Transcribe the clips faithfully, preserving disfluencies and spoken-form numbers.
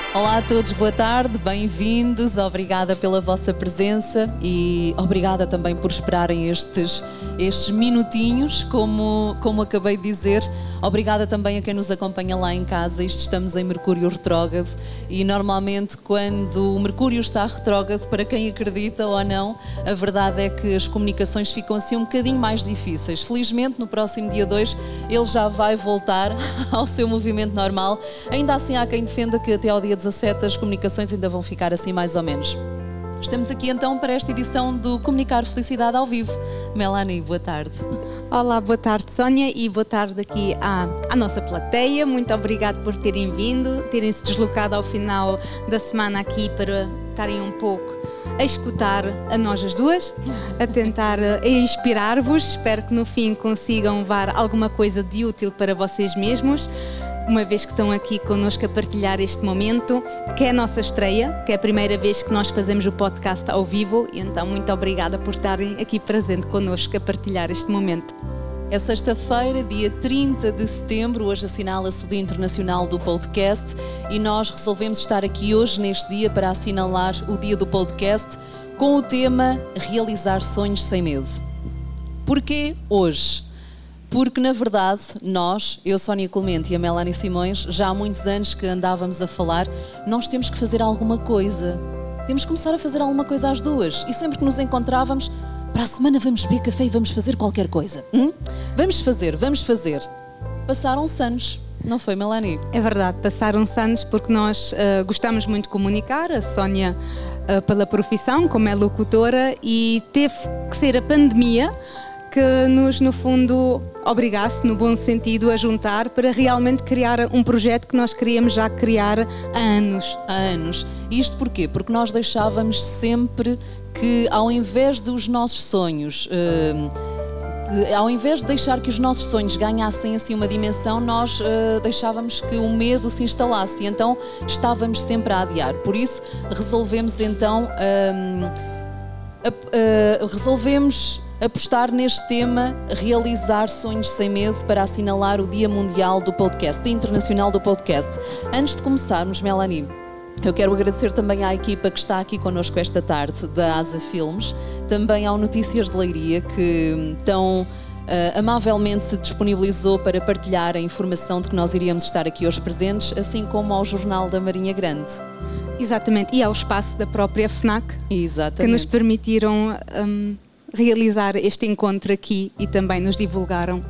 Olá a todos, boa tarde, bem-vindos, obrigada pela vossa presença e obrigada também por esperarem estes, estes minutinhos, como, como acabei de dizer. Obrigada também a quem nos acompanha lá em casa. Isto estamos em Mercúrio retrógrado e normalmente quando o Mercúrio está retrógrado, para quem acredita ou não, a verdade é que as comunicações ficam assim um bocadinho mais difíceis. Felizmente no próximo dia dois ele já vai voltar ao seu movimento normal. Ainda assim há quem defenda que até ao dia dezassete as comunicações ainda vão ficar assim mais ou menos. Estamos aqui então para esta edição do Comunicar Felicidade ao vivo. Melanie, boa tarde. Olá, boa tarde Sónia e boa tarde aqui à, à nossa plateia. Muito obrigado por terem vindo, terem se deslocado ao final da semana aqui para estarem um pouco a escutar a nós as duas, a tentar a inspirar-vos. Espero que no fim consigam levar alguma coisa de útil para vocês mesmos, uma vez que estão aqui connosco a partilhar este momento, que é a nossa estreia, que é a primeira vez que nós fazemos o podcast ao vivo, e então muito obrigada por estarem aqui presente connosco a partilhar este momento. É sexta-feira, dia trinta de setembro, hoje assinala-se o Dia Internacional do Podcast e nós resolvemos estar aqui hoje neste dia para assinalar o Dia do Podcast com o tema Realizar Sonhos Sem Medo. Porquê hoje? Porque, na verdade, nós, eu, Sónia Clemente e a Melanie Simões, já há muitos anos que andávamos a falar, nós temos que fazer alguma coisa. Temos que começar a fazer alguma coisa às duas. E sempre que nos encontrávamos, para a semana vamos beber café e vamos fazer qualquer coisa. Hum? Vamos fazer, vamos fazer. Passaram-se anos, não foi, Melanie? É verdade, passaram-se anos porque nós uh, gostamos muito de comunicar, a Sónia uh, pela profissão, como é locutora, e teve que ser a pandemia que nos, no fundo, obrigasse, no bom sentido, a juntar para realmente criar um projeto que nós queríamos já criar há anos. Há anos. Isto porquê? Porque nós deixávamos sempre que, ao invés dos nossos sonhos, uh, ao invés de deixar que os nossos sonhos ganhassem assim uma dimensão, nós uh, deixávamos que o medo se instalasse e então estávamos sempre a adiar. Por isso, resolvemos então, um, a, uh, resolvemos... apostar neste tema, realizar sonhos sem medo, para assinalar o Dia Mundial do Podcast, Dia Internacional do Podcast. Antes de começarmos, Melanie, eu quero agradecer também à equipa que está aqui connosco esta tarde, da Asa Filmes, também ao Notícias de Leiria, que tão uh, amavelmente se disponibilizou para partilhar a informação de que nós iríamos estar aqui hoje presentes, assim como ao Jornal da Marinha Grande. Exatamente, e ao espaço da própria FNAC, Exatamente, que nos permitiram Um, realizar este encontro aqui e também nos divulgaram.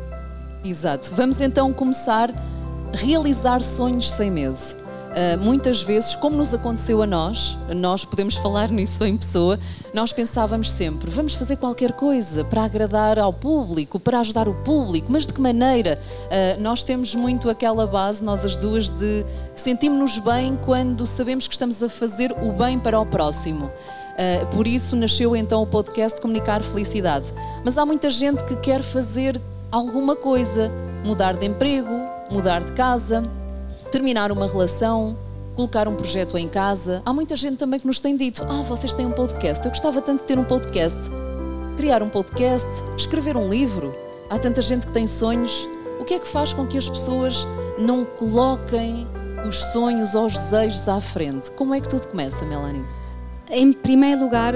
Exato. Vamos então começar a realizar sonhos sem medo. Uh, muitas vezes, como nos aconteceu a nós, nós podemos falar nisso em pessoa, nós pensávamos sempre, vamos fazer qualquer coisa para agradar ao público, para ajudar o público, mas de que maneira? Uh, nós temos muito aquela base, nós as duas, de sentimos-nos bem quando sabemos que estamos a fazer o bem para o próximo. Uh, por isso nasceu então o podcast Comunicar Felicidade. Mas há muita gente que quer fazer alguma coisa, mudar de emprego, mudar de casa, terminar uma relação, colocar um projeto em casa. Há muita gente também que nos tem dito, ah, vocês têm um podcast, eu gostava tanto de ter um podcast. Criar um podcast, escrever um livro. Há tanta gente que tem sonhos. O que é que faz com que as pessoas não coloquem os sonhos ou os desejos à frente? Como é que tudo começa, Melanie? Em primeiro lugar,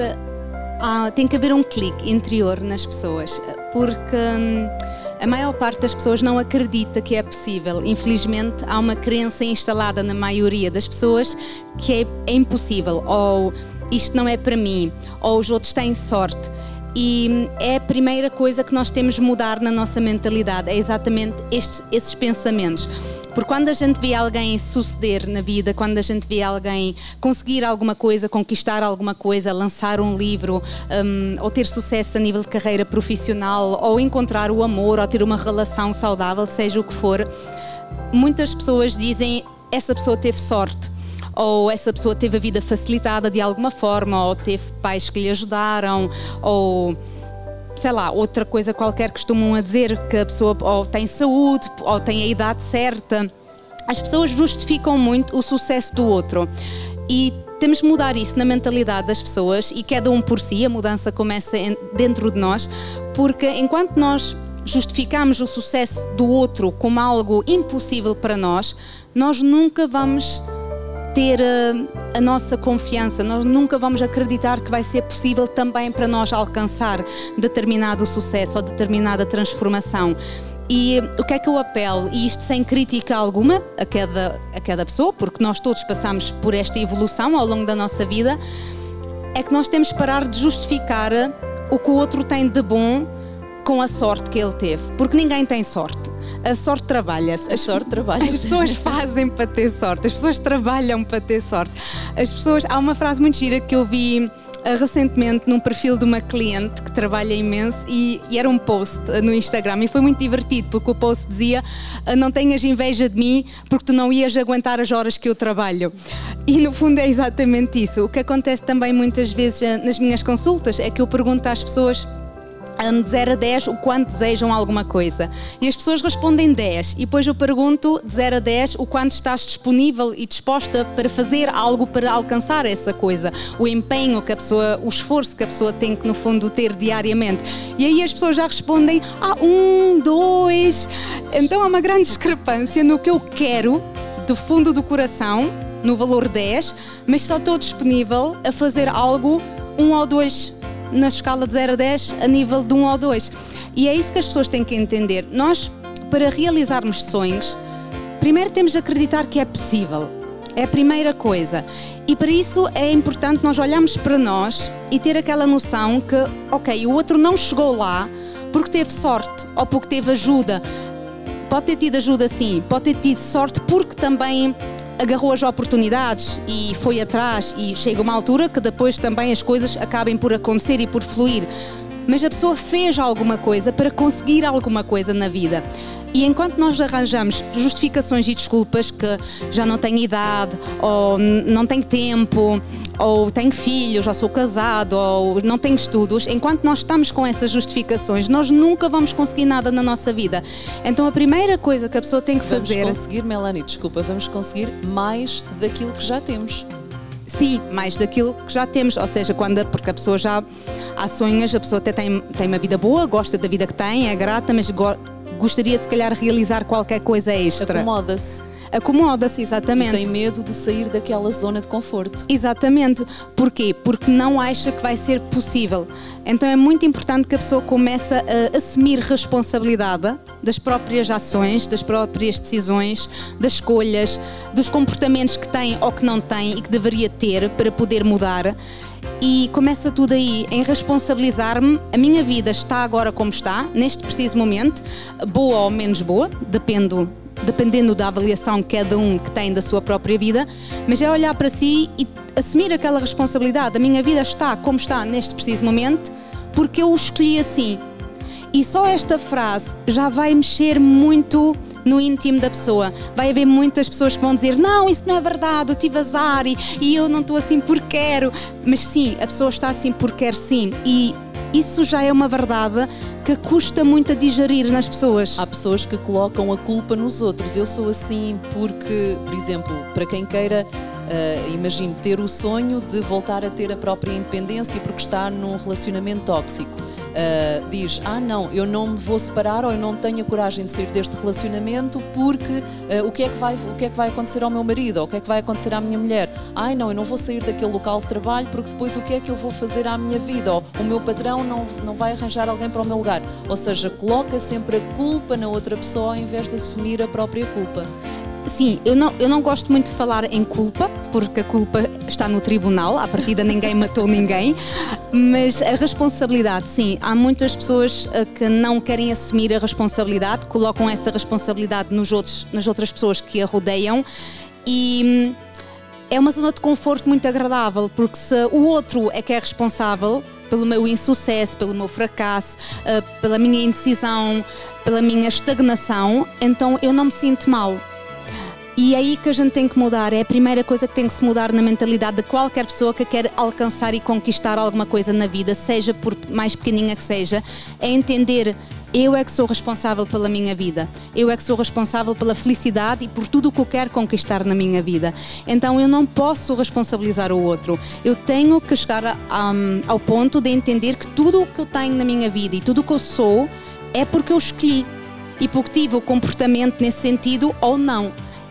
há, tem que haver um clique interior nas pessoas, porque hum, a maior parte das pessoas não acredita que é possível. Infelizmente, há uma crença instalada na maioria das pessoas que é, é impossível, ou isto não é para mim, ou os outros têm sorte. E é a primeira coisa que nós temos de mudar na nossa mentalidade, é exatamente estes, esses pensamentos. Porque quando a gente vê alguém suceder na vida, quando a gente vê alguém conseguir alguma coisa, conquistar alguma coisa, lançar um livro, um, ou ter sucesso a nível de carreira profissional, ou encontrar o amor, ou ter uma relação saudável, seja o que for, muitas pessoas dizem, essa pessoa teve sorte, ou essa pessoa teve a vida facilitada de alguma forma, ou teve pais que lhe ajudaram, ou sei lá, outra coisa qualquer que costumam a dizer, que a pessoa ou tem saúde, ou tem a idade certa. As pessoas justificam muito o sucesso do outro e temos de mudar isso na mentalidade das pessoas, e cada um por si, a mudança começa dentro de nós, porque enquanto nós justificamos o sucesso do outro como algo impossível para nós, nós nunca vamos ter uh, a nossa confiança. Nós nunca vamos acreditar que vai ser possível também para nós alcançar determinado sucesso ou determinada transformação. E o que é que eu apelo, e isto sem crítica alguma a cada, a cada pessoa, porque nós todos passamos por esta evolução ao longo da nossa vida, é que nós temos que parar de justificar o que o outro tem de bom com a sorte que ele teve, porque ninguém tem sorte. A sorte trabalha-se. A sorte trabalha-se. As pessoas fazem para ter sorte, as pessoas trabalham para ter sorte. As pessoas, há uma frase muito gira que eu vi recentemente num perfil de uma cliente que trabalha imenso e, e era um post no Instagram e foi muito divertido porque o post dizia: não tenhas inveja de mim porque tu não ias aguentar as horas que eu trabalho. E no fundo é exatamente isso. O que acontece também muitas vezes nas minhas consultas é que eu pergunto às pessoas de zero a dez o quanto desejam alguma coisa e as pessoas respondem dez e depois eu pergunto de zero a dez o quanto estás disponível e disposta para fazer algo para alcançar essa coisa, o empenho que a pessoa, o esforço que a pessoa tem que no fundo ter diariamente, e aí as pessoas já respondem ah, um, dois, então há uma grande discrepância no que eu quero do fundo do coração, no valor dez, mas só estou disponível a fazer algo um ou dois na escala de zero a dez a nível de um ou dois. E é isso que as pessoas têm que entender. Nós, para realizarmos sonhos, primeiro temos de acreditar que é possível. É a primeira coisa. E para isso é importante nós olharmos para nós e ter aquela noção que, ok, o outro não chegou lá porque teve sorte ou porque teve ajuda. Pode ter tido ajuda sim, pode ter tido sorte porque também agarrou as oportunidades e foi atrás e chega uma altura que depois também as coisas acabem por acontecer e por fluir. Mas a pessoa fez alguma coisa para conseguir alguma coisa na vida. E enquanto nós arranjamos justificações e desculpas que já não tenho idade, ou não tenho tempo, ou tenho filhos, ou sou casado, ou não tenho estudos, enquanto nós estamos com essas justificações, nós nunca vamos conseguir nada na nossa vida. Então a primeira coisa que a pessoa tem que fazer... Vamos conseguir, Melanie, desculpa, vamos conseguir mais daquilo que já temos. Sim, mais daquilo que já temos, ou seja, quando, porque a pessoa já há sonhos, a pessoa até tem, tem uma vida boa, gosta da vida que tem, é grata, mas go, gostaria de se calhar realizar qualquer coisa extra. Acomoda-se. Acomoda-se, exatamente. E tem medo de sair daquela zona de conforto. Exatamente. Porquê? Porque não acha que vai ser possível. Então é muito importante que a pessoa comece a assumir responsabilidade das próprias ações, das próprias decisões, das escolhas, dos comportamentos que tem ou que não tem e que deveria ter para poder mudar. E começa tudo aí, em responsabilizar-me. A minha vida está agora como está, neste preciso momento, boa ou menos boa, depende dependendo da avaliação que cada um que tem da sua própria vida, mas é olhar para si e assumir aquela responsabilidade. A minha vida está como está neste preciso momento porque eu o escolhi assim. E só esta frase já vai mexer muito no íntimo da pessoa. Vai haver muitas pessoas que vão dizer: não, isso não é verdade, eu tive azar e, e eu não estou assim porque quero. Mas sim, a pessoa está assim porque quer sim. E isso já é uma verdade que custa muito a digerir nas pessoas. Há pessoas que colocam a culpa nos outros. Eu sou assim porque, por exemplo, para quem queira, uh, imagine, ter o sonho de voltar a ter a própria independência porque está num relacionamento tóxico. Uh, diz, ah não, eu não me vou separar ou eu não tenho a coragem de sair deste relacionamento porque uh, o, que é que vai, o que é que vai acontecer ao meu marido ou o que é que vai acontecer à minha mulher? Ai não, eu não vou sair daquele local de trabalho porque depois o que é que eu vou fazer à minha vida? Ou o meu patrão não, não vai arranjar alguém para o meu lugar. Ou seja, coloca sempre a culpa na outra pessoa ao invés de assumir a própria culpa. Sim, eu não, eu não gosto muito de falar em culpa, porque a culpa está no tribunal, à partida ninguém matou ninguém, mas a responsabilidade, sim, há muitas pessoas que não querem assumir a responsabilidade, colocam essa responsabilidade nos outros, nas outras pessoas que a rodeiam e é uma zona de conforto muito agradável, porque se o outro é que é responsável pelo meu insucesso, pelo meu fracasso, pela minha indecisão, pela minha estagnação, então eu não me sinto mal. E é aí que a gente tem que mudar, é a primeira coisa que tem que se mudar na mentalidade de qualquer pessoa que quer alcançar e conquistar alguma coisa na vida, seja por mais pequenina que seja, é entender: eu é que sou responsável pela minha vida, eu é que sou responsável pela felicidade e por tudo o que eu quero conquistar na minha vida. Então eu não posso responsabilizar o outro, eu tenho que chegar a, um, ao ponto de entender que tudo o que eu tenho na minha vida e tudo o que eu sou é porque eu escolhi e porque tive o comportamento nesse sentido ou não.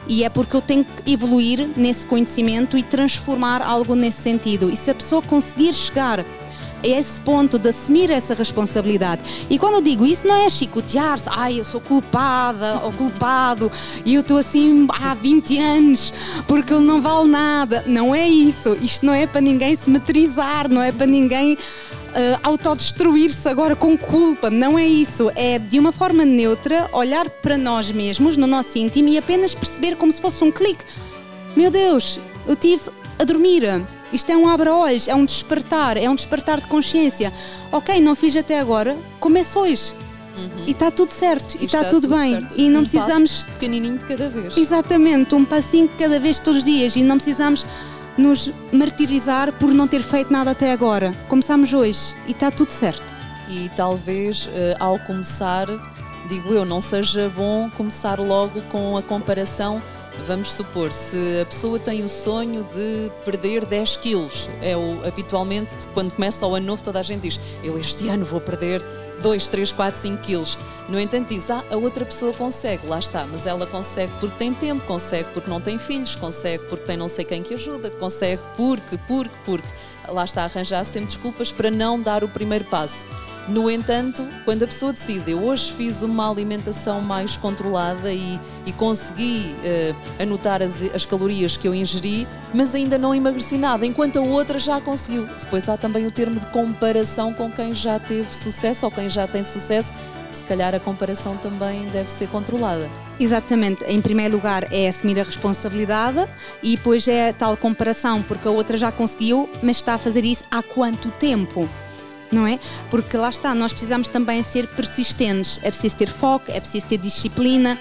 E é porque eu tenho que evoluir nesse conhecimento e transformar algo nesse sentido. E se a pessoa conseguir chegar a esse ponto de assumir essa responsabilidade. E quando eu digo isso, não é chicotear-se, ai, eu sou culpada ou culpado e eu estou assim há vinte anos porque eu não valo nada. Não é isso. Isto não é para ninguém se metrizar, não é para ninguém uh, autodestruir-se agora com culpa. Não é isso. É de uma forma neutra olhar para nós mesmos, no nosso íntimo, e apenas perceber como se fosse um clique. Meu Deus, eu tive a dormir. Isto é um abra-olhos, é um despertar, é um despertar de consciência. Ok, não fiz até agora, comece hoje. Uhum. E está tudo certo, e, e está, está tudo, tudo bem. Certo. E não um precisamos... passo pequenininho de cada vez. Exatamente, um passinho de cada vez todos os dias. E não precisamos nos martirizar por não ter feito nada até agora. Começamos hoje e está tudo certo. E talvez uh, ao começar, digo eu, não seja bom começar logo com a comparação. Vamos supor, se a pessoa tem o sonho de perder dez quilos, é o, habitualmente, quando começa o ano novo, toda a gente diz, eu este ano vou perder dois, três, quatro, cinco quilos. No entanto, diz, ah, a outra pessoa consegue, lá está, mas ela consegue porque tem tempo, consegue porque não tem filhos, consegue porque tem não sei quem que ajuda, consegue porque, porque, porque. Lá está a arranjar sempre desculpas para não dar o primeiro passo. No entanto, quando a pessoa decide, eu hoje fiz uma alimentação mais controlada e, e consegui uh, anotar as, as calorias que eu ingeri, mas ainda não emagreci nada, enquanto a outra já conseguiu. Depois há também o termo de comparação com quem já teve sucesso ou quem já tem sucesso. Se calhar a comparação também deve ser controlada. Exatamente. Em primeiro lugar é assumir a responsabilidade e depois é a tal comparação, porque a outra já conseguiu, mas está a fazer isso há quanto tempo? Não é? Porque lá está, nós precisamos também ser persistentes, é preciso ter foco, é preciso ter disciplina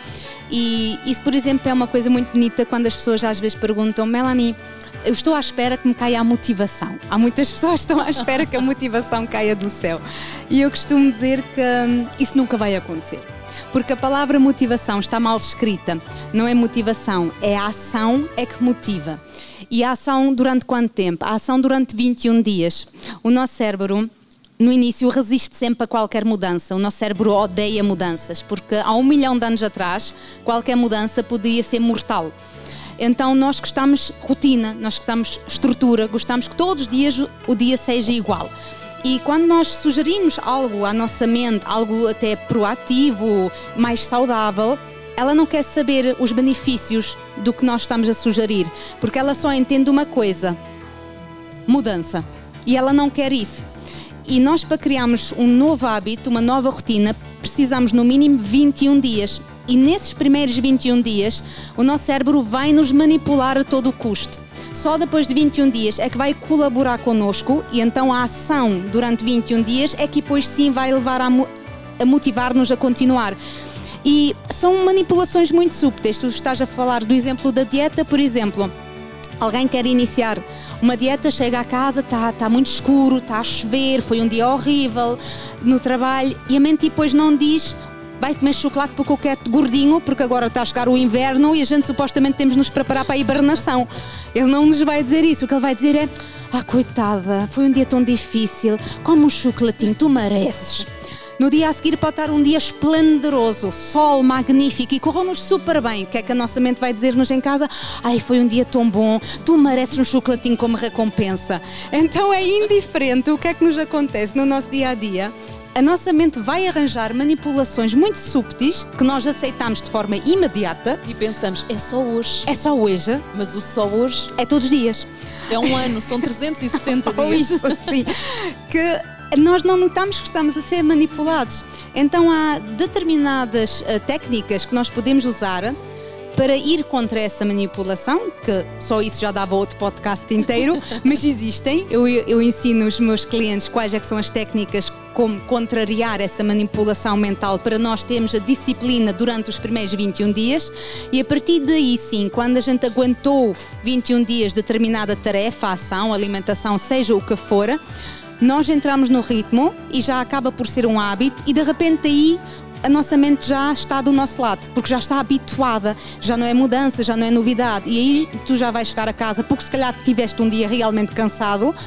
e isso, por exemplo, é uma coisa muito bonita quando as pessoas às vezes perguntam, Melanie, eu estou à espera que me caia a motivação. Há muitas pessoas que estão à espera que a motivação caia do céu e eu costumo dizer que hum, isso nunca vai acontecer. Porque a palavra motivação está mal escrita, não é motivação, é a ação é que motiva. E a ação durante quanto tempo? A ação durante vinte e um dias. O nosso cérebro, no início, resiste sempre a qualquer mudança. O nosso cérebro odeia mudanças, porque há um milhão de anos atrás, qualquer mudança poderia ser mortal. Então nós gostamos rotina, nós gostamos estrutura, gostamos que todos os dias o dia seja igual. E quando nós sugerimos algo à nossa mente, algo até proativo, mais saudável, ela não quer saber os benefícios do que nós estamos a sugerir, porque ela só entende uma coisa, mudança. E ela não quer isso. E nós, para criarmos um novo hábito, uma nova rotina, precisamos no mínimo vinte e um dias. E nesses primeiros vinte e um dias, o nosso cérebro vai nos manipular a todo o custo. Só depois de vinte e um dias é que vai colaborar connosco e então a ação durante vinte e um dias é que depois sim vai levar a, mo- a motivar-nos a continuar. E são manipulações muito súteis. Tu estás a falar do exemplo da dieta, por exemplo. Alguém quer iniciar uma dieta, chega à casa, está tá muito escuro, está a chover, foi um dia horrível no trabalho e a mente depois não diz vai comer chocolate porque eu quero gordinho, porque agora está a chegar o inverno e a gente supostamente temos de nos preparar para a hibernação. Ele não nos vai dizer isso, o que ele vai dizer é ah, coitada, foi um dia tão difícil, come um chocolatinho, tu mereces. No dia a seguir pode estar um dia esplendoroso, sol magnífico e correu-nos super bem. O que é que a nossa mente vai dizer-nos em casa? Ai, foi um dia tão bom, tu mereces um chocolatinho como recompensa. Então é indiferente o que é que nos acontece no nosso dia-a-dia. A nossa mente vai arranjar manipulações muito súteis que nós aceitamos de forma imediata. E pensamos, é só hoje. É só hoje. Mas o só hoje... é todos os dias. É um ano, são trezentos e sessenta dias. Ou isso, assim. Que... nós não notamos que estamos a ser manipulados. Então há determinadas uh, técnicas que nós podemos usar para ir contra essa manipulação, que só isso já dava outro podcast inteiro, mas existem. Eu, eu ensino os meus clientes quais é que são as técnicas como contrariar essa manipulação mental para nós termos a disciplina durante os primeiros vinte e um dias e a partir daí sim, quando a gente aguentou vinte e um dias de determinada tarefa, ação, alimentação, seja o que for, nós entramos no ritmo e já acaba por ser um hábito e de repente aí a nossa mente já está do nosso lado, porque já está habituada, já não é mudança, já não é novidade e aí tu já vais chegar a casa porque se calhar tiveste um dia realmente cansado,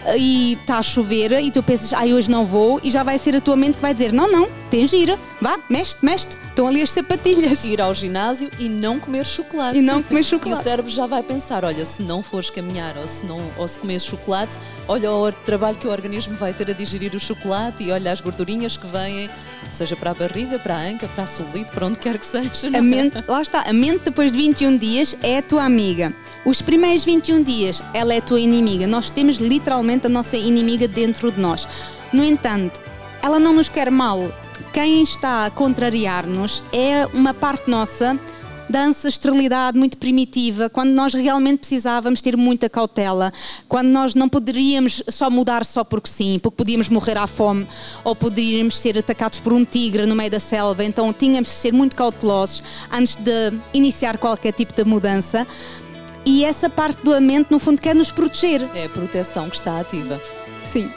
e está a chover e tu pensas, ai, hoje não vou, e já vai ser a tua mente que vai dizer, não, não, tens de ir, vá, mexe-te, mexe-te, estão ali as sapatilhas. Ir ao ginásio e não comer chocolate. E não comer chocolate. E o cérebro já vai pensar, olha, se não fores caminhar ou se, não, ou se comeres chocolate, olha o trabalho que o organismo vai ter a digerir o chocolate e olha as gordurinhas que vêm, seja para a barriga, para a anca, para a celulite, para onde quer que seja. A mente, lá está, a mente depois de vinte e um dias é a tua amiga. Os primeiros vinte e um dias ela é a tua inimiga. Nós temos literalmente a nossa inimiga dentro de nós. No entanto, ela não nos quer mal. Quem está a contrariar-nos é uma parte nossa da ancestralidade muito primitiva, quando nós realmente precisávamos ter muita cautela, quando nós não poderíamos só mudar só porque sim, porque podíamos morrer à fome ou poderíamos ser atacados por um tigre no meio da selva, então tínhamos de ser muito cautelosos antes de iniciar qualquer tipo de mudança. E essa parte da mente, no fundo, quer nos proteger. É a proteção que está ativa. Sim.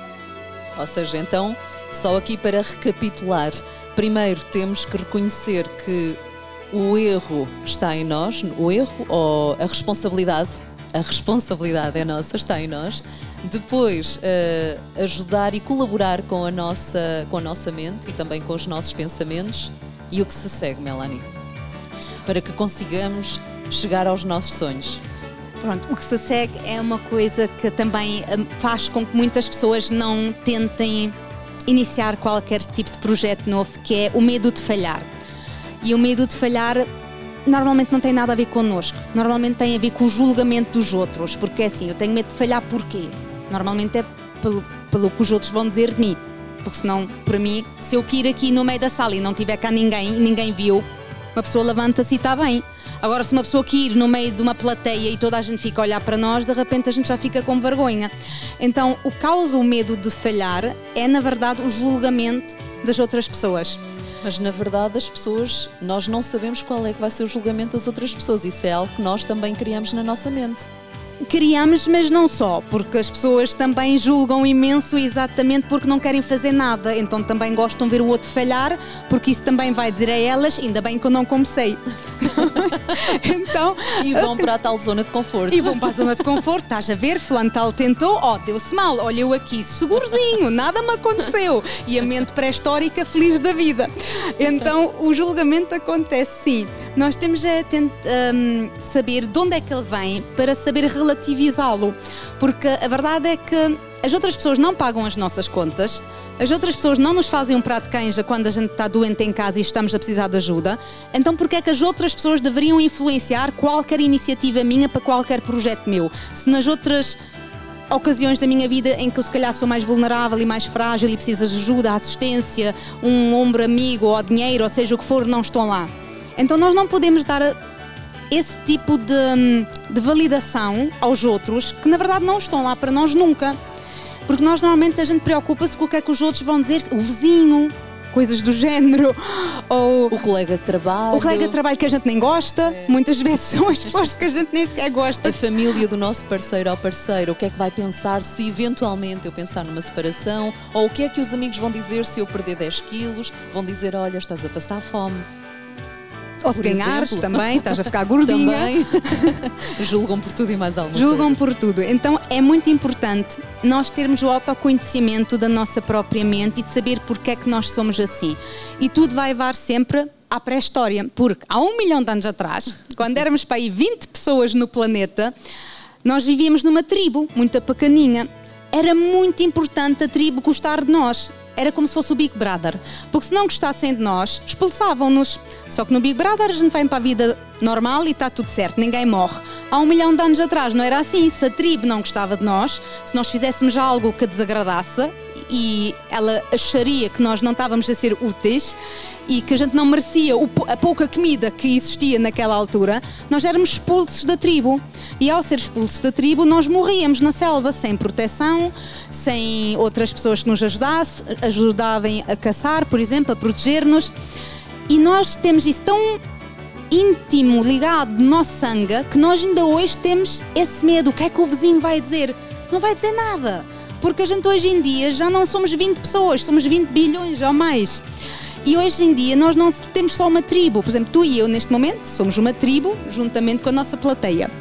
Ou seja, então, só aqui para recapitular, primeiro temos que reconhecer que o erro está em nós, o erro ou a responsabilidade, a responsabilidade é nossa, está em nós. Depois, uh, ajudar e colaborar com a, nossa, com a nossa mente e também com os nossos pensamentos. E o que se segue, Melanie? Para que consigamos chegar aos nossos sonhos. Pronto, o que se segue é uma coisa que também faz com que muitas pessoas não tentem iniciar qualquer tipo de projeto novo, que é o medo de falhar. E o medo de falhar normalmente não tem nada a ver connosco, normalmente tem a ver com o julgamento dos outros, porque é assim, eu tenho medo de falhar porquê? Normalmente é pelo, pelo que os outros vão dizer de mim, porque senão, para mim, se eu ir aqui no meio da sala e não tiver cá ninguém, ninguém viu, uma pessoa levanta-se e está bem. Agora, se uma pessoa que ir no meio de uma plateia e toda a gente fica a olhar para nós, de repente a gente já fica com vergonha. Então, o que causa o medo de falhar é, na verdade, o julgamento das outras pessoas. Mas, na verdade, as pessoas, nós não sabemos qual é que vai ser o julgamento das outras pessoas. Isso é algo que nós também criamos na nossa mente. Criamos, mas não só, porque as pessoas também julgam imenso exatamente porque não querem fazer nada, então também gostam de ver o outro falhar, porque isso também vai dizer a elas, ainda bem que eu não comecei. Então, e vão para a tal zona de conforto. E vão para a zona de conforto, estás a ver, fulano tal tentou, ó, oh, deu-se mal, olha eu aqui, segurzinho, nada me aconteceu. E a mente pré-histórica feliz da vida. Então, o julgamento acontece sim. Nós temos a tentar, um, saber de onde é que ele vem para saber relativizá-lo, porque a verdade é que as outras pessoas não pagam as nossas contas, as outras pessoas não nos fazem um prato de canja quando a gente está doente em casa e estamos a precisar de ajuda, então porque é que as outras pessoas deveriam influenciar qualquer iniciativa minha para qualquer projeto meu? Se nas outras ocasiões da minha vida em que eu se calhar sou mais vulnerável e mais frágil e preciso de ajuda, assistência, um ombro amigo ou dinheiro, ou seja o que for, não estão lá. Então nós não podemos dar esse tipo de, de validação aos outros que na verdade não estão lá para nós nunca. Porque nós normalmente a gente preocupa-se com o que é que os outros vão dizer, o vizinho, coisas do género, ou o colega de trabalho. O colega de trabalho que a gente nem gosta, é. Muitas vezes são as pessoas que a gente nem sequer gosta. A família do nosso parceiro ou parceira, o que é que vai pensar se eventualmente eu pensar numa separação, ou o que é que os amigos vão dizer se eu perder dez quilos, vão dizer, olha, estás a passar fome. Ou se ganhares também, estás a ficar gordinha. Também. Julgam por tudo e mais alguma Julgam coisa. por tudo. Então é muito importante nós termos o autoconhecimento da nossa própria mente e de saber porque é que nós somos assim. E tudo vai levar sempre à pré-história. Porque há um milhão de anos atrás, quando éramos para aí vinte pessoas no planeta, nós vivíamos numa tribo muito pequeninha. Era muito importante a tribo gostar de nós. Era como se fosse o Big Brother, porque se não gostassem de nós, expulsavam-nos. Só que no Big Brother a gente vem para a vida normal e está tudo certo, ninguém morre. Há um milhão de anos atrás não era assim. Se a tribo não gostava de nós, se nós fizéssemos algo que a desagradasse e ela acharia que nós não estávamos a ser úteis e que a gente não merecia a pouca comida que existia naquela altura, nós éramos expulsos da tribo. E ao ser expulsos da tribo, nós morríamos na selva, sem proteção, sem outras pessoas que nos ajudassem, ajudavam a caçar, por exemplo, a proteger-nos. E nós temos isso tão íntimo, ligado no nosso sangue, que nós ainda hoje temos esse medo. O que é que o vizinho vai dizer? Não vai dizer nada, porque a gente hoje em dia já não somos vinte pessoas, somos vinte bilhões ou mais. E hoje em dia nós não temos só uma tribo. Por exemplo, tu e eu neste momento somos uma tribo, juntamente com a nossa plateia.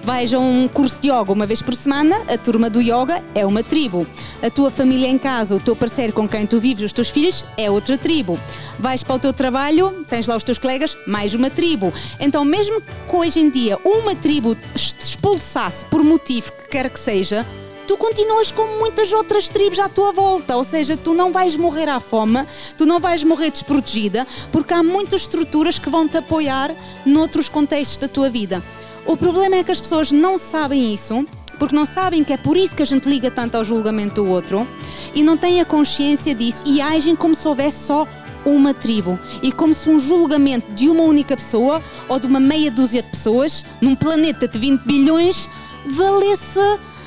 Vais a um curso de yoga uma vez por semana, a turma do yoga é uma tribo. A tua família em casa, o teu parceiro com quem tu vives, os teus filhos, é outra tribo. Vais para o teu trabalho, tens lá os teus colegas, mais uma tribo. Então, mesmo que hoje em dia uma tribo te expulsasse por motivo que quer que seja, tu continuas com muitas outras tribos à tua volta, ou seja, tu não vais morrer à fome, tu não vais morrer desprotegida, porque há muitas estruturas que vão te apoiar noutros contextos da tua vida. O problema é que as pessoas não sabem isso, porque não sabem que é por isso que a gente liga tanto ao julgamento do outro e não têm a consciência disso e agem como se houvesse só uma tribo e como se um julgamento de uma única pessoa ou de uma meia dúzia de pessoas num planeta de vinte bilhões valesse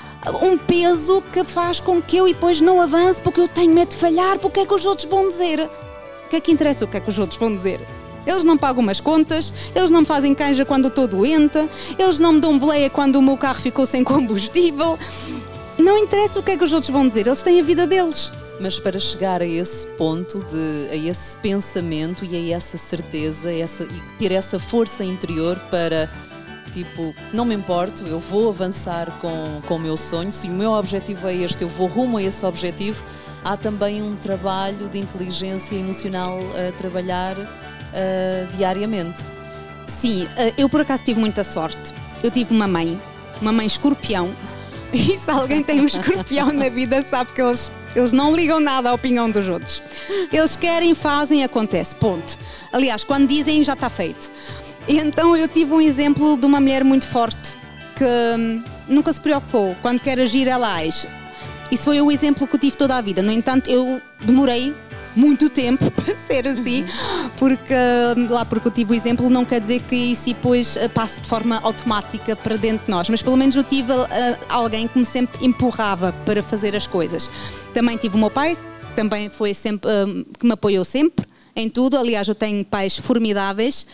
um peso que faz com que eu depois não avance porque eu tenho medo de falhar, porque é que os outros vão dizer? O que é que interessa o que é que os outros vão dizer? Eles não pagam umas contas, eles não me fazem canja quando eu estou doente, eles não me dão boleia quando o meu carro ficou sem combustível. Não interessa o que é que os outros vão dizer, eles têm a vida deles. Mas para chegar a esse ponto, de, a esse pensamento e a essa certeza, essa, e ter essa força interior para... Tipo, não me importo, eu vou avançar com, com o meu sonho. Se o meu objetivo é este, eu vou rumo a esse objetivo. Há também um trabalho de inteligência emocional a trabalhar uh, diariamente. Sim, eu por acaso tive muita sorte. Eu tive uma mãe, uma mãe escorpião. E se alguém tem um escorpião na vida sabe que eles, eles não ligam nada à opinião dos outros. Eles querem, fazem, acontece, ponto. Aliás, quando dizem já está feito. E então eu tive um exemplo de uma mulher muito forte que hum, nunca se preocupou. Quando quer agir, ela age. Isso foi o exemplo que eu tive toda a vida. No entanto, eu demorei muito tempo para ser assim, porque lá porque eu tive o exemplo não quer dizer que isso depois passe de forma automática para dentro de nós, mas pelo menos eu tive uh, alguém que me sempre empurrava para fazer as coisas. Também tive o meu pai, que também foi sempre, uh, que me apoiou sempre em tudo. Aliás, eu tenho pais formidáveis.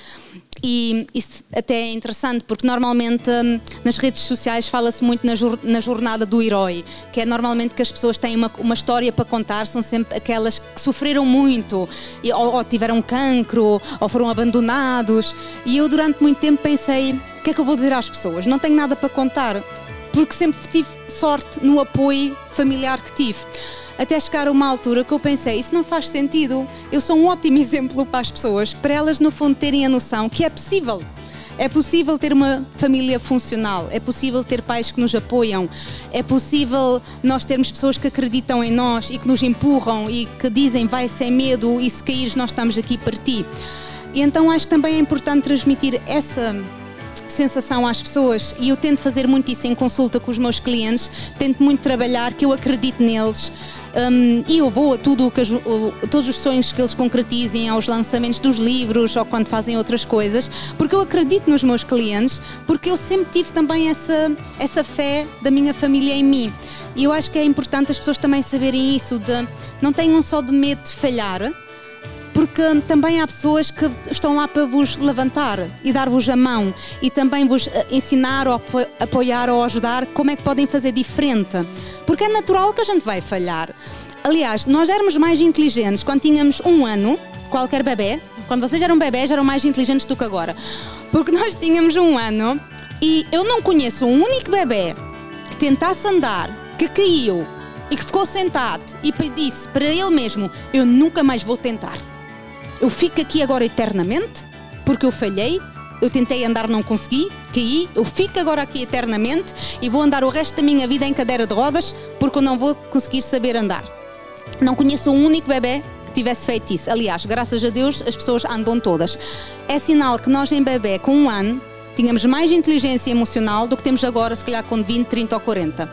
E isso até é interessante porque normalmente hum, nas redes sociais fala-se muito na, jor- na jornada do herói, que é normalmente que as pessoas têm uma, uma história para contar, são sempre aquelas que sofreram muito, e, ou, ou tiveram cancro, ou foram abandonados. E eu durante muito tempo pensei, o que é que eu vou dizer às pessoas? Não tenho nada para contar, porque sempre tive sorte no apoio familiar que tive. Até chegar a uma altura que eu pensei, isso não faz sentido. Eu sou um ótimo exemplo para as pessoas, para elas no fundo terem a noção que é possível. É possível ter uma família funcional, é possível ter pais que nos apoiam, é possível nós termos pessoas que acreditam em nós e que nos empurram e que dizem vai sem medo e se caíres nós estamos aqui para ti. E então acho que também é importante transmitir essa sensação às pessoas e eu tento fazer muito isso em consulta com os meus clientes, tento muito trabalhar que eu acredito neles. Um, e eu vou a tudo que as, todos os sonhos que eles concretizem, aos lançamentos dos livros ou quando fazem outras coisas, porque eu acredito nos meus clientes, porque eu sempre tive também essa, essa fé da minha família em mim. E eu acho que é importante as pessoas também saberem isso, de não tenham só de medo de falhar, porque também há pessoas que estão lá para vos levantar e dar-vos a mão e também vos ensinar ou apoiar ou ajudar como é que podem fazer diferente. Porque é natural que a gente vai falhar. Aliás, nós éramos mais inteligentes quando tínhamos um ano, qualquer bebê. Quando vocês eram bebés, eram mais inteligentes do que agora. Porque nós tínhamos um ano e eu não conheço um único bebê que tentasse andar, que caiu e que ficou sentado e disse para ele mesmo, eu nunca mais vou tentar. Eu fico aqui agora eternamente, porque eu falhei, eu tentei andar, não consegui, caí, eu fico agora aqui eternamente e vou andar o resto da minha vida em cadeira de rodas, porque eu não vou conseguir saber andar. Não conheço um único bebê que tivesse feito isso. Aliás, graças a Deus, as pessoas andam todas. É sinal que nós em bebê, com um ano, tínhamos mais inteligência emocional do que temos agora, se calhar com vinte, trinta ou quarenta.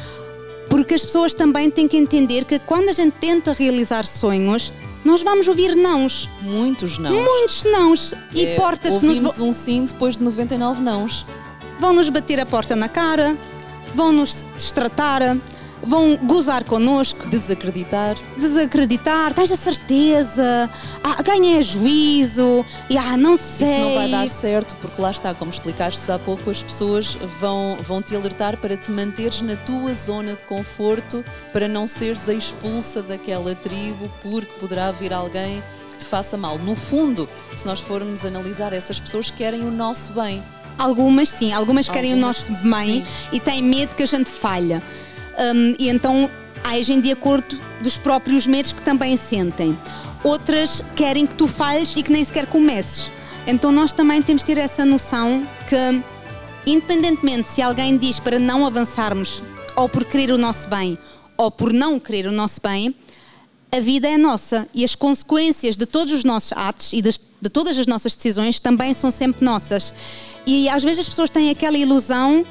Porque as pessoas também têm que entender que quando a gente tenta realizar sonhos, nós vamos ouvir nãos. Muitos nãos. Muitos nãos. E é, portas que nos... Ouvimos um sim depois de noventa e nove nãos. Vão-nos bater a porta na cara, vão-nos destratar, vão gozar connosco. Desacreditar. Desacreditar, tens a certeza, ah, ganhei a juízo, e ah, não sei. Isso não vai dar certo, porque lá está, como explicaste há pouco, as pessoas vão, vão te alertar para te manteres na tua zona de conforto, para não seres a expulsa daquela tribo, porque poderá vir alguém que te faça mal. No fundo, se nós formos analisar, essas pessoas querem o nosso bem. Algumas sim, algumas querem Algumas, o nosso bem, sim, e têm medo que a gente falha. Um, e então agem de acordo dos próprios medos que também sentem. Outras querem que tu falhes e que nem sequer comeces. Então nós também temos de ter essa noção que, independentemente se alguém diz para não avançarmos, ou por querer o nosso bem, ou por não querer o nosso bem, a vida é nossa e as consequências de todos os nossos atos e de, de todas as nossas decisões também são sempre nossas. E às vezes as pessoas têm aquela ilusão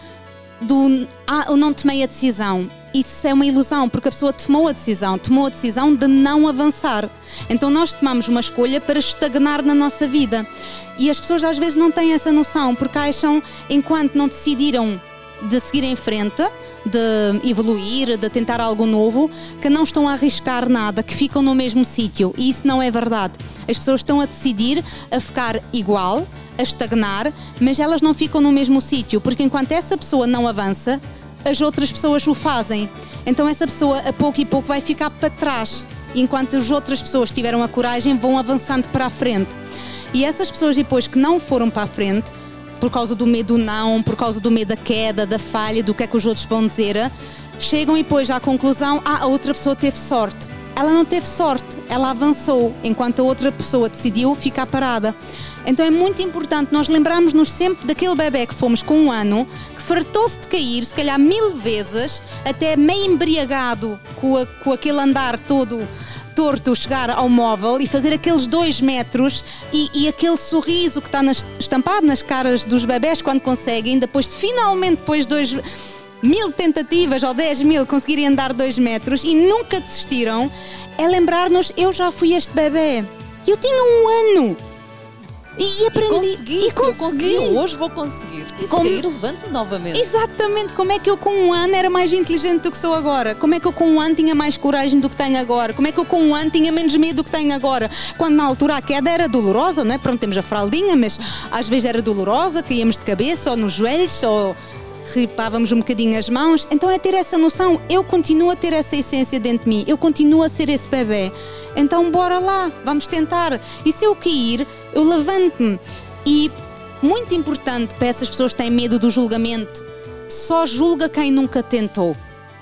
do ah, eu não tomei a decisão. Isso é uma ilusão, porque a pessoa tomou a decisão, tomou a decisão de não avançar. Então nós tomamos uma escolha para estagnar na nossa vida. E as pessoas às vezes não têm essa noção, porque acham, enquanto não decidiram de seguir em frente, de evoluir, de tentar algo novo, que não estão a arriscar nada, que ficam no mesmo sítio. E isso não é verdade. As pessoas estão a decidir a ficar igual, a estagnar, mas elas não ficam no mesmo sítio, porque enquanto essa pessoa não avança, as outras pessoas o fazem. Então essa pessoa a pouco e pouco vai ficar para trás, enquanto as outras pessoas tiveram a coragem, vão avançando para a frente. E essas pessoas depois que não foram para a frente, por causa do medo do não, por causa do medo da queda, da falha, do que é que os outros vão dizer, chegam e depois à conclusão, ah, a outra pessoa teve sorte. Ela não teve sorte, ela avançou, enquanto a outra pessoa decidiu ficar parada. Então é muito importante nós lembrarmos-nos sempre daquele bebê que fomos com um ano, que fartou-se de cair, se calhar mil vezes, até meio embriagado com, a, com aquele andar todo torto, chegar ao móvel e fazer aqueles dois metros e, e aquele sorriso que está nas, estampado nas caras dos bebés quando conseguem, depois de finalmente, depois de dois mil tentativas ou dez mil, conseguirem andar dois metros e nunca desistiram, é lembrar-nos, eu já fui este bebê, eu tinha um ano. E, e aprendi. E consegui, e consegui. Eu consegui, hoje vou conseguir. E Como... se cair, levanto-me novamente. Exatamente, como é que eu com um ano era mais inteligente do que sou agora? Como é que eu com um ano tinha mais coragem do que tenho agora? Como é que eu com um ano tinha menos medo do que tenho agora? Quando na altura a queda era dolorosa, não é? Pronto, temos a fraldinha, mas às vezes era dolorosa, caíamos de cabeça ou nos joelhos, ou ripávamos um bocadinho as mãos. Então é ter essa noção, eu continuo a ter essa essência dentro de mim, eu continuo a ser esse bebê. Então bora lá, vamos tentar. E se eu cair, eu levanto-me. E muito importante para essas pessoas que têm medo do julgamento, só julga quem nunca tentou.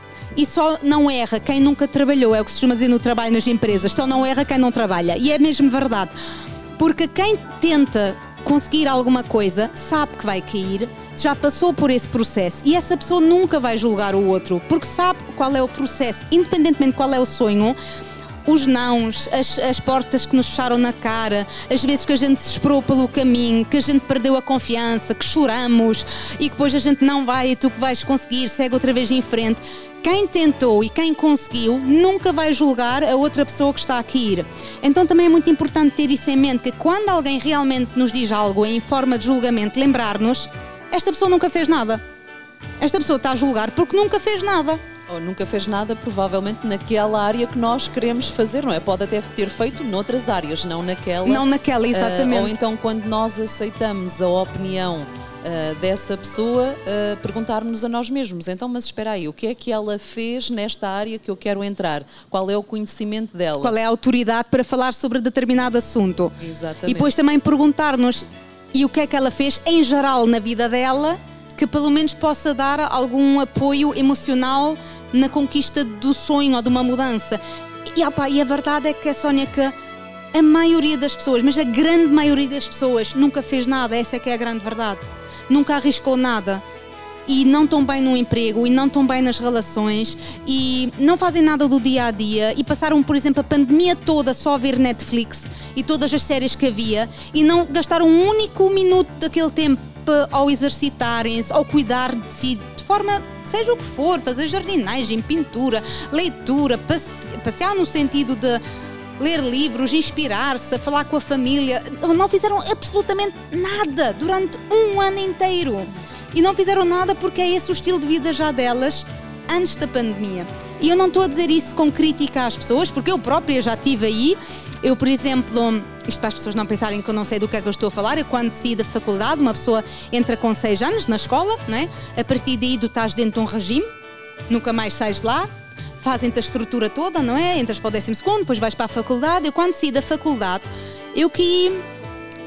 E só não erra quem nunca trabalhou. É o que se costuma dizer no trabalho nas empresas, só não erra quem não trabalha. E é mesmo verdade. Porque quem tenta conseguir alguma coisa sabe que vai cair, já passou por esse processo. E essa pessoa nunca vai julgar o outro, porque sabe qual é o processo, independentemente de qual é o sonho. Os nãos, as, as portas que nos fecharam na cara, as vezes que a gente se esperou pelo caminho, que a gente perdeu a confiança, que choramos e que depois a gente não vai e tu que vais conseguir, segue outra vez em frente. Quem tentou e quem conseguiu nunca vai julgar a outra pessoa que está a cair. Então também é muito importante ter isso em mente, que quando alguém realmente nos diz algo em forma de julgamento, lembrar-nos, esta pessoa nunca fez nada. Esta pessoa está a julgar porque nunca fez nada. Ou nunca fez nada, provavelmente, naquela área que nós queremos fazer, não é? Pode até ter feito noutras áreas, não naquela. Não naquela, exatamente. Uh, ou então, quando nós aceitamos a opinião uh, dessa pessoa, uh, perguntarmos a nós mesmos, então, mas espera aí, o que é que ela fez nesta área que eu quero entrar? Qual é o conhecimento dela? Qual é a autoridade para falar sobre determinado assunto? Exatamente. E depois também perguntar-nos, e o que é que ela fez, em geral, na vida dela, que pelo menos possa dar algum apoio emocional na conquista do sonho ou de uma mudança. E, opa, e a verdade é que, Sónia, que a maioria das pessoas, mas a grande maioria das pessoas nunca fez nada, essa é que é a grande verdade. Nunca arriscou nada. E não estão bem no emprego, e não estão bem nas relações, e não fazem nada do dia a dia, e passaram, por exemplo, a pandemia toda só a ver Netflix e todas as séries que havia, e não gastaram um único minuto daquele tempo ao exercitarem-se, ao cuidar de si, de forma, seja o que for, fazer jardinagem, pintura, leitura, passe- passear no sentido de ler livros, inspirar-se, falar com a família. Não fizeram absolutamente nada durante um ano inteiro. E não fizeram nada porque é esse o estilo de vida já delas antes da pandemia. E eu não estou a dizer isso com crítica às pessoas, porque eu própria já estive aí. Eu, por exemplo, isto para as pessoas não pensarem que eu não sei do que é que eu estou a falar, eu quando saí da faculdade, uma pessoa entra com seis anos na escola, não é? A partir daí tu estás dentro de um regime, nunca mais sais de lá, fazem-te a estrutura toda, não é? Entras para o décimo segundo, depois vais para a faculdade. Eu quando saí da faculdade, eu caí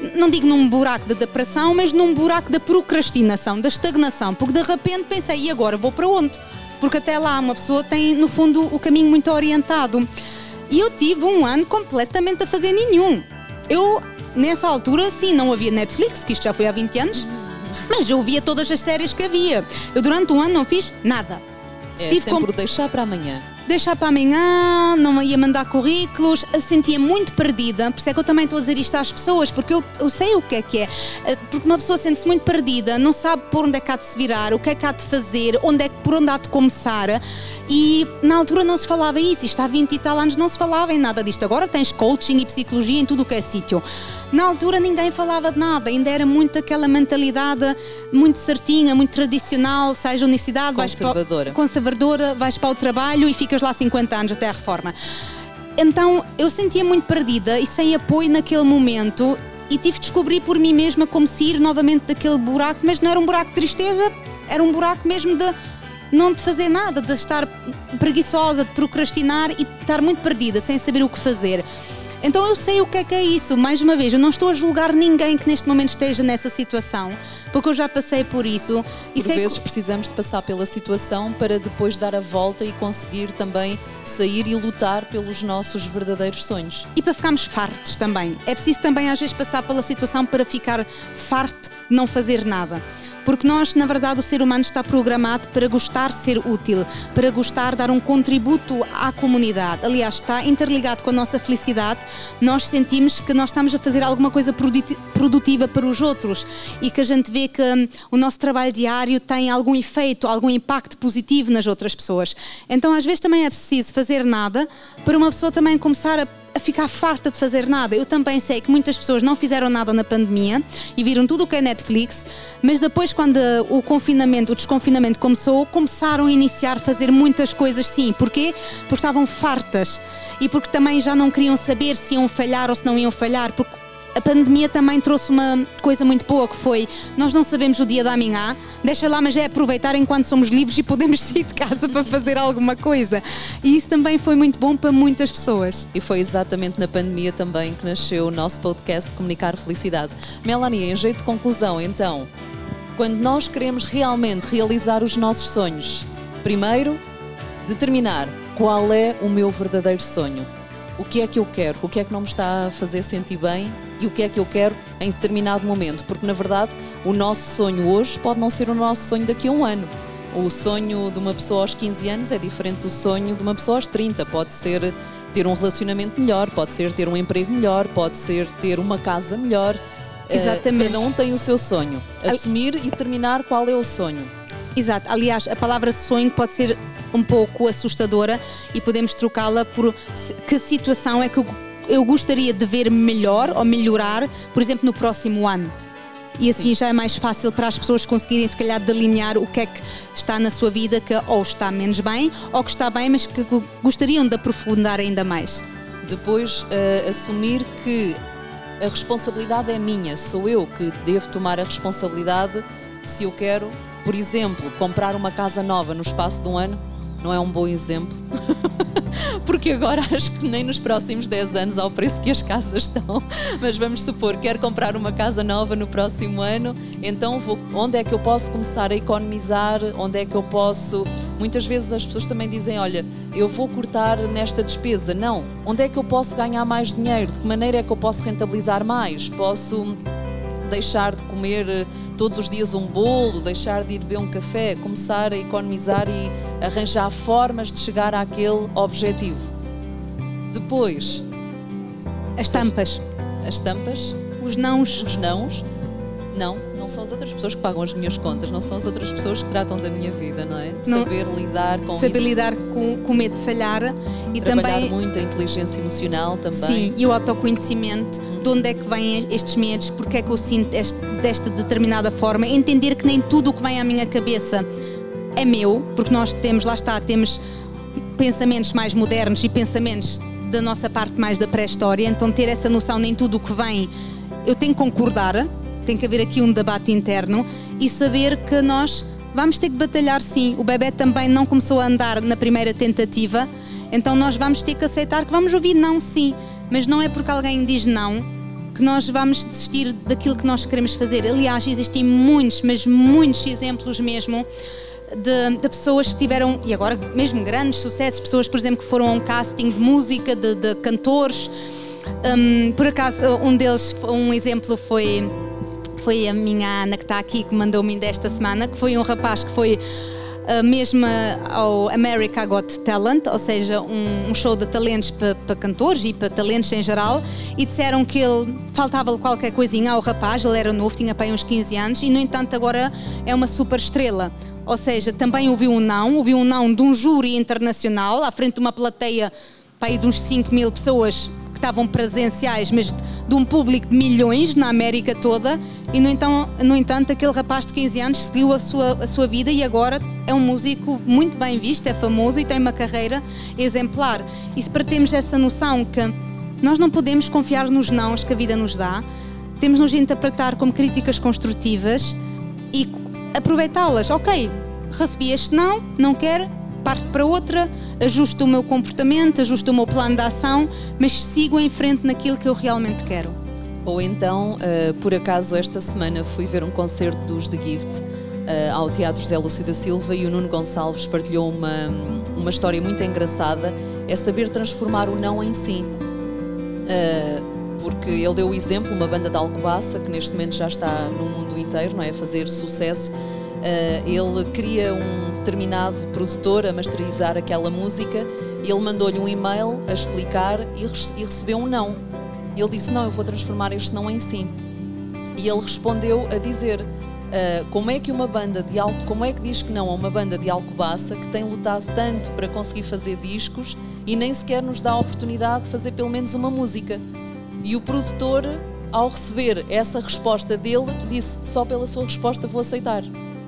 não digo num buraco de depressão, mas num buraco da procrastinação, da estagnação, porque de repente pensei, e agora vou para onde? Porque até lá uma pessoa tem, no fundo, o caminho muito orientado. E eu tive um ano completamente a fazer nenhum. Eu, nessa altura, sim, não havia Netflix, que isto já foi há vinte anos, mas eu via todas as séries que havia. Eu durante um ano não fiz nada. É tive sempre com... deixar para amanhã. Deixar para amanhã, não ia mandar currículos, sentia muito perdida, por isso é que eu também estou a dizer isto às pessoas, porque eu, eu sei o que é que é, porque uma pessoa sente-se muito perdida, não sabe por onde é que há de se virar, o que é que há de fazer, onde é, por onde há de começar, e na altura não se falava isso, isto há vinte e tal anos não se falava em nada disto, agora tens coaching e psicologia em tudo o que é sítio. Na altura ninguém falava de nada, ainda era muito aquela mentalidade muito certinha, muito tradicional, sais da universidade, vais conservadora. Para, conservadora, vais para o trabalho e ficas lá cinquenta anos até a reforma. Então eu sentia muito perdida e sem apoio naquele momento e tive de descobrir por mim mesma como sair novamente daquele buraco, mas não era um buraco de tristeza, era um buraco mesmo de não de fazer nada, de estar preguiçosa, de procrastinar e de estar muito perdida, sem saber o que fazer. Então eu sei o que é que é isso. Mais uma vez, eu não estou a julgar ninguém que neste momento esteja nessa situação, porque eu já passei por isso. E por sei vezes que... precisamos de passar pela situação para depois dar a volta e conseguir também sair e lutar pelos nossos verdadeiros sonhos. E para ficarmos fartos também. É preciso também às vezes passar pela situação para ficar farto de não fazer nada. Porque nós, na verdade, o ser humano está programado para gostar de ser útil, para gostar de dar um contributo à comunidade. Aliás, está interligado com a nossa felicidade. Nós sentimos que nós estamos a fazer alguma coisa produtiva para os outros e que a gente vê que hum, o nosso trabalho diário tem algum efeito, algum impacto positivo nas outras pessoas. Então, às vezes, também é preciso fazer nada para uma pessoa também começar a a ficar farta de fazer nada. Eu também sei que muitas pessoas não fizeram nada na pandemia e viram tudo o que é Netflix, mas depois quando o confinamento, o desconfinamento começou, começaram a iniciar a fazer muitas coisas sim. Porquê? Porque estavam fartas e porque também já não queriam saber se iam falhar ou se não iam falhar, porque a pandemia também trouxe uma coisa muito boa, que foi, nós não sabemos o dia da amanhã, deixa lá, mas é aproveitar enquanto somos livres e podemos sair de casa para fazer alguma coisa. E isso também foi muito bom para muitas pessoas. E foi exatamente na pandemia também que nasceu o nosso podcast Comunicar Felicidade. Melanie, em jeito de conclusão, então, quando nós queremos realmente realizar os nossos sonhos, primeiro, determinar qual é o meu verdadeiro sonho. O que é que eu quero? O que é que não me está a fazer sentir bem? E o que é que eu quero em determinado momento? Porque, na verdade, o nosso sonho hoje pode não ser o nosso sonho daqui a um ano. O sonho de uma pessoa aos quinze anos é diferente do sonho de uma pessoa aos trinta. Pode ser ter um relacionamento melhor, pode ser ter um emprego melhor, pode ser ter uma casa melhor. Exatamente. Cada um tem o seu sonho. Assumir e determinar qual é o sonho. Exato. Aliás, a palavra sonho pode ser um pouco assustadora e podemos trocá-la por que situação é que eu, eu gostaria de ver melhor ou melhorar, por exemplo, no próximo ano. E assim Sim. já é mais fácil para as pessoas conseguirem, se calhar, delinear o que é que está na sua vida que ou está menos bem ou que está bem, mas que gostariam de aprofundar ainda mais. Depois, uh, assumir que a responsabilidade é minha, sou eu que devo tomar a responsabilidade se eu quero, por exemplo, comprar uma casa nova no espaço de um ano. Não é um bom exemplo, porque agora acho que nem nos próximos dez anos ao preço que as casas estão, mas vamos supor, quero comprar uma casa nova no próximo ano, então vou, onde é que eu posso começar a economizar, onde é que eu posso... Muitas vezes as pessoas também dizem, olha, eu vou cortar nesta despesa. Não, onde é que eu posso ganhar mais dinheiro? De que maneira é que eu posso rentabilizar mais? Posso deixar de comer todos os dias um bolo, deixar de ir beber um café, começar a economizar e arranjar formas de chegar àquele objetivo. Depois, as tampas. As tampas. Os nãos. Os nãos. Não, não são as outras pessoas que pagam as minhas contas, não são as outras pessoas que tratam da minha vida, não é? Não. Saber lidar com Saber isso. Saber lidar com, com o medo de falhar e trabalhar também... muito a inteligência emocional também. Sim, e o autoconhecimento, hum. de onde é que vêm estes medos, porque é que eu sinto este, desta determinada forma, entender que nem tudo o que vem à minha cabeça é meu, porque nós temos, lá está, temos pensamentos mais modernos e pensamentos da nossa parte mais da pré-história, então ter essa noção, nem tudo o que vem eu tenho que concordar. Tem que haver aqui um debate interno e saber que nós vamos ter que batalhar sim. O bebê também não começou a andar na primeira tentativa, então nós vamos ter que aceitar que vamos ouvir não sim. Mas não é porque alguém diz não que nós vamos desistir daquilo que nós queremos fazer. Aliás, existem muitos, mas muitos exemplos mesmo de, de pessoas que tiveram, e agora mesmo grandes sucessos, pessoas, por exemplo, que foram a um casting de música, de, de cantores. Um, por acaso, um deles, um exemplo foi, foi a minha Ana, que está aqui, que mandou-me desta semana, que foi um rapaz que foi Uh, mesmo ao America Got Talent, ou seja, um, um show de talentos para pa cantores e para talentos em geral, e disseram que ele faltava-lhe qualquer coisinha ao rapaz. Ele era novo, tinha para aí uns quinze anos, e no entanto agora é uma super estrela. Ou seja, também ouviu um não, ouviu um não de um júri internacional, à frente de uma plateia para aí de uns cinco mil pessoas que estavam presenciais, mas de um público de milhões na América toda. E no entanto, no entanto aquele rapaz de quinze anos seguiu a sua, a sua vida, e agora é um músico muito bem visto, é famoso e tem uma carreira exemplar. E se para termos essa noção que nós não podemos confiar nos nãos que a vida nos dá, temos de nos interpretar como críticas construtivas e aproveitá-las. Ok, recebi este não, não quero, parto para outra, ajusto o meu comportamento, ajusto o meu plano de ação, mas sigo em frente naquilo que eu realmente quero. Ou então, uh, por acaso, esta semana fui ver um concerto dos The Gift uh, ao Teatro José Lúcio da Silva, e o Nuno Gonçalves partilhou uma, uma história muito engraçada. É saber transformar o não em sim. Uh, porque ele deu o exemplo, uma banda de Alcobaça, que neste momento já está no mundo inteiro, não é? A fazer sucesso. Uh, ele queria um determinado produtor a masterizar aquela música, e ele mandou-lhe um e-mail a explicar e, e recebeu um não. Ele disse: não, eu vou transformar este não em sim. E ele respondeu a dizer: uh, como é que uma banda de Al... como é que diz que não a uma banda de Alcobaça que tem lutado tanto para conseguir fazer discos e nem sequer nos dá a oportunidade de fazer pelo menos uma música? E o produtor, ao receber essa resposta dele, disse: só pela sua resposta vou aceitar.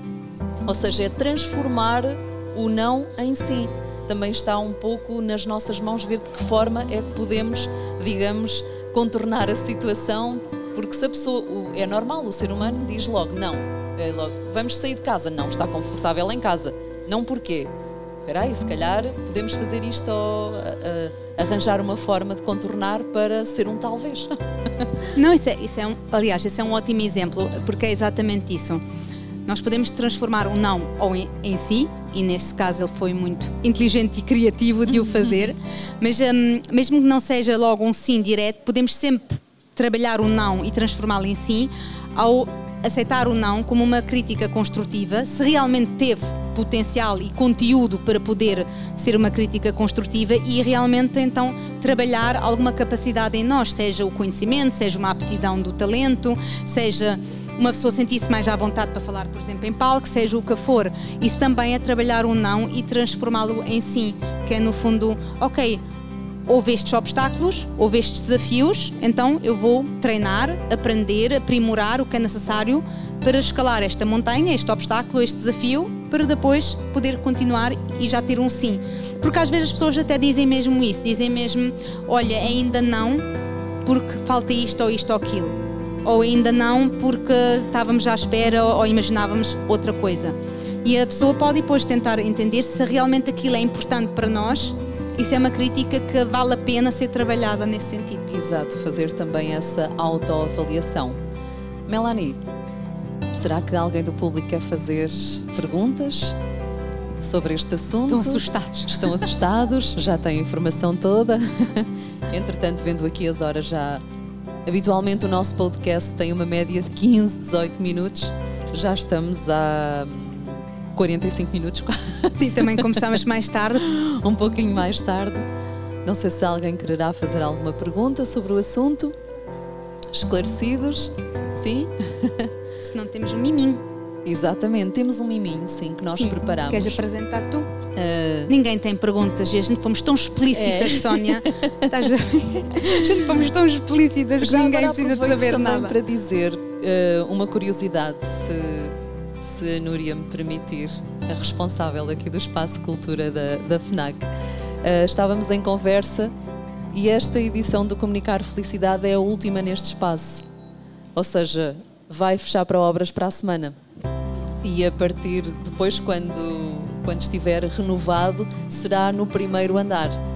Ou seja, é transformar o não em sim. Também está um pouco nas nossas mãos ver de que forma é que podemos, digamos, contornar a situação, porque se a pessoa, é normal, o ser humano diz logo não, é logo, vamos sair de casa, não, está confortável em casa, não porquê? Espera aí, se calhar podemos fazer isto ou uh, arranjar uma forma de contornar para ser um talvez. Não, isso é, isso é um, aliás, esse é um ótimo exemplo, porque é exatamente isso. Nós podemos transformar um não ou em, em si, e nesse caso ele foi muito inteligente e criativo de o fazer, mas um, mesmo que não seja logo um sim direto, podemos sempre trabalhar o não e transformá-lo em sim, ao aceitar o não como uma crítica construtiva, se realmente teve potencial e conteúdo para poder ser uma crítica construtiva, e realmente então trabalhar alguma capacidade em nós, seja o conhecimento, seja uma aptidão do talento, seja uma pessoa sentir-se mais à vontade para falar, por exemplo, em palco, seja o que for. Isso também é trabalhar o não e transformá-lo em sim, que é no fundo, ok, houve estes obstáculos, houve estes desafios, então eu vou treinar, aprender, aprimorar o que é necessário para escalar esta montanha, este obstáculo, este desafio, para depois poder continuar e já ter um sim. Porque às vezes as pessoas até dizem mesmo isso, dizem mesmo, olha, ainda não, porque falta isto ou isto ou aquilo. Ou ainda não porque estávamos à espera ou imaginávamos outra coisa. E a pessoa pode depois tentar entender se realmente aquilo é importante para nós. Isso é uma crítica que vale a pena ser trabalhada nesse sentido. Exato, fazer também essa autoavaliação. Melanie, será que alguém do público quer fazer perguntas sobre este assunto? Estão assustados. Estão assustados, já têm a informação toda. Entretanto, vendo aqui as horas já... Habitualmente o nosso podcast tem uma média de quinze, dezoito minutos. Já estamos a quarenta e cinco minutos quase. Sim, também começamos mais tarde. Um pouquinho mais tarde. Não sei se alguém quererá fazer alguma pergunta sobre o assunto. Esclarecidos? Sim? Se não temos um miminho. Exatamente, temos um miminho, sim, que nós sim, preparamos. Queres apresentar tu? Uh... Ninguém tem perguntas e a gente fomos tão explícitas, é. Sónia. Estás a... a gente fomos tão explícitas que já ninguém precisa de saber também nada. Para dizer uh, uma curiosidade, se, se a Núria me permitir, a responsável aqui do Espaço Cultura da, da FNAC, uh, estávamos em conversa e esta edição do Comunicar Felicidade é a última neste espaço. Ou seja, vai fechar para obras para a semana. E a partir, depois, quando, quando estiver renovado, será no primeiro andar.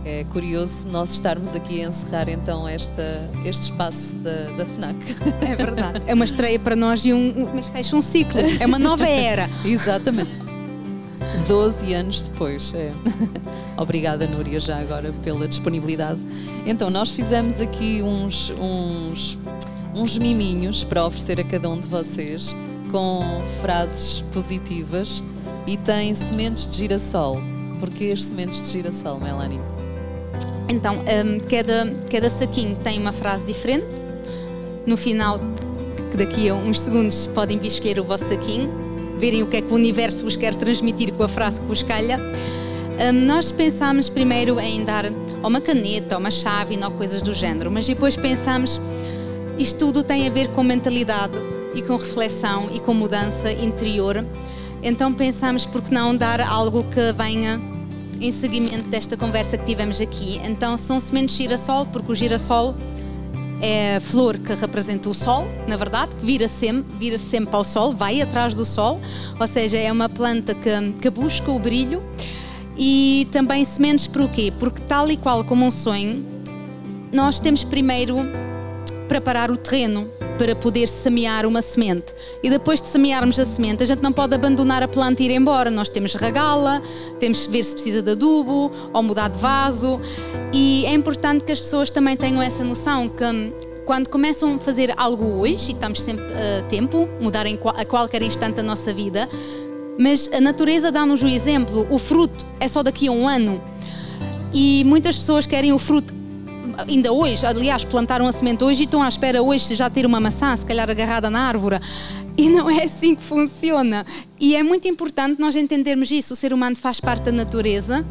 É curioso nós estarmos aqui a encerrar então esta, este espaço da, da FNAC. É verdade. É uma estreia para nós e um, mas fecha um ciclo. É uma nova era. Exatamente. doze anos depois. É. Obrigada, Núria, já agora pela disponibilidade. Então, nós fizemos aqui uns, uns, uns miminhos para oferecer a cada um de vocês com frases positivas e tem sementes de girassol. Porquê as sementes de girassol, Melanie? Então, um, cada, cada saquinho tem uma frase diferente. No final, que daqui a uns segundos podem vir escolher o vosso saquinho, verem o que é que o universo vos quer transmitir com a frase que vos calha. Um, nós pensámos primeiro em dar ou uma caneta, ou uma chave, ou coisas do género, mas depois pensámos, isto tudo tem a ver com mentalidade e com reflexão e com mudança interior. Então pensámos, por que não dar algo que venha em seguimento desta conversa que tivemos aqui. Então são sementes de girassol, porque o girassol é a flor que representa o sol, na verdade, que vira sempre, vira sempre ao sol, vai atrás do sol, ou seja, é uma planta que, que busca o brilho. E também sementes por quê? Porque tal e qual como um sonho, nós temos primeiro preparar o terreno para poder semear uma semente. E depois de semearmos a semente, a gente não pode abandonar a planta e ir embora. Nós temos regá-la, temos que ver se precisa de adubo ou mudar de vaso. E é importante que as pessoas também tenham essa noção que quando começam a fazer algo hoje, e estamos sempre a tempo, mudar em qual, a qualquer instante da nossa vida, mas a natureza dá-nos o exemplo, o fruto é só daqui a um ano. E muitas pessoas querem o fruto ainda hoje, aliás, plantaram a semente hoje e estão à espera hoje de já ter uma maçã, se calhar agarrada na árvore. E não é assim que funciona. E é muito importante nós entendermos isso. O ser humano faz parte da natureza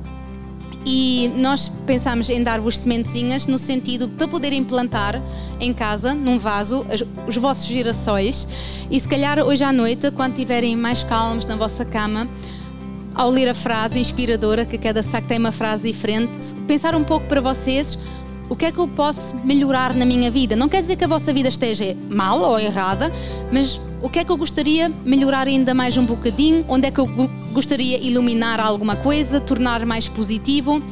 e nós pensamos em dar-vos sementezinhas no sentido para poderem plantar em casa, num vaso, os vossos girassóis. E se calhar hoje à noite, quando estiverem mais calmos na vossa cama, ao ler a frase inspiradora, que cada saco tem uma frase diferente, pensar um pouco para vocês: o que é que eu posso melhorar na minha vida? Não quer dizer que a vossa vida esteja mal ou errada, mas o que é que eu gostaria de melhorar ainda mais um bocadinho? Onde é que eu gostaria de iluminar alguma coisa, tornar mais positivo?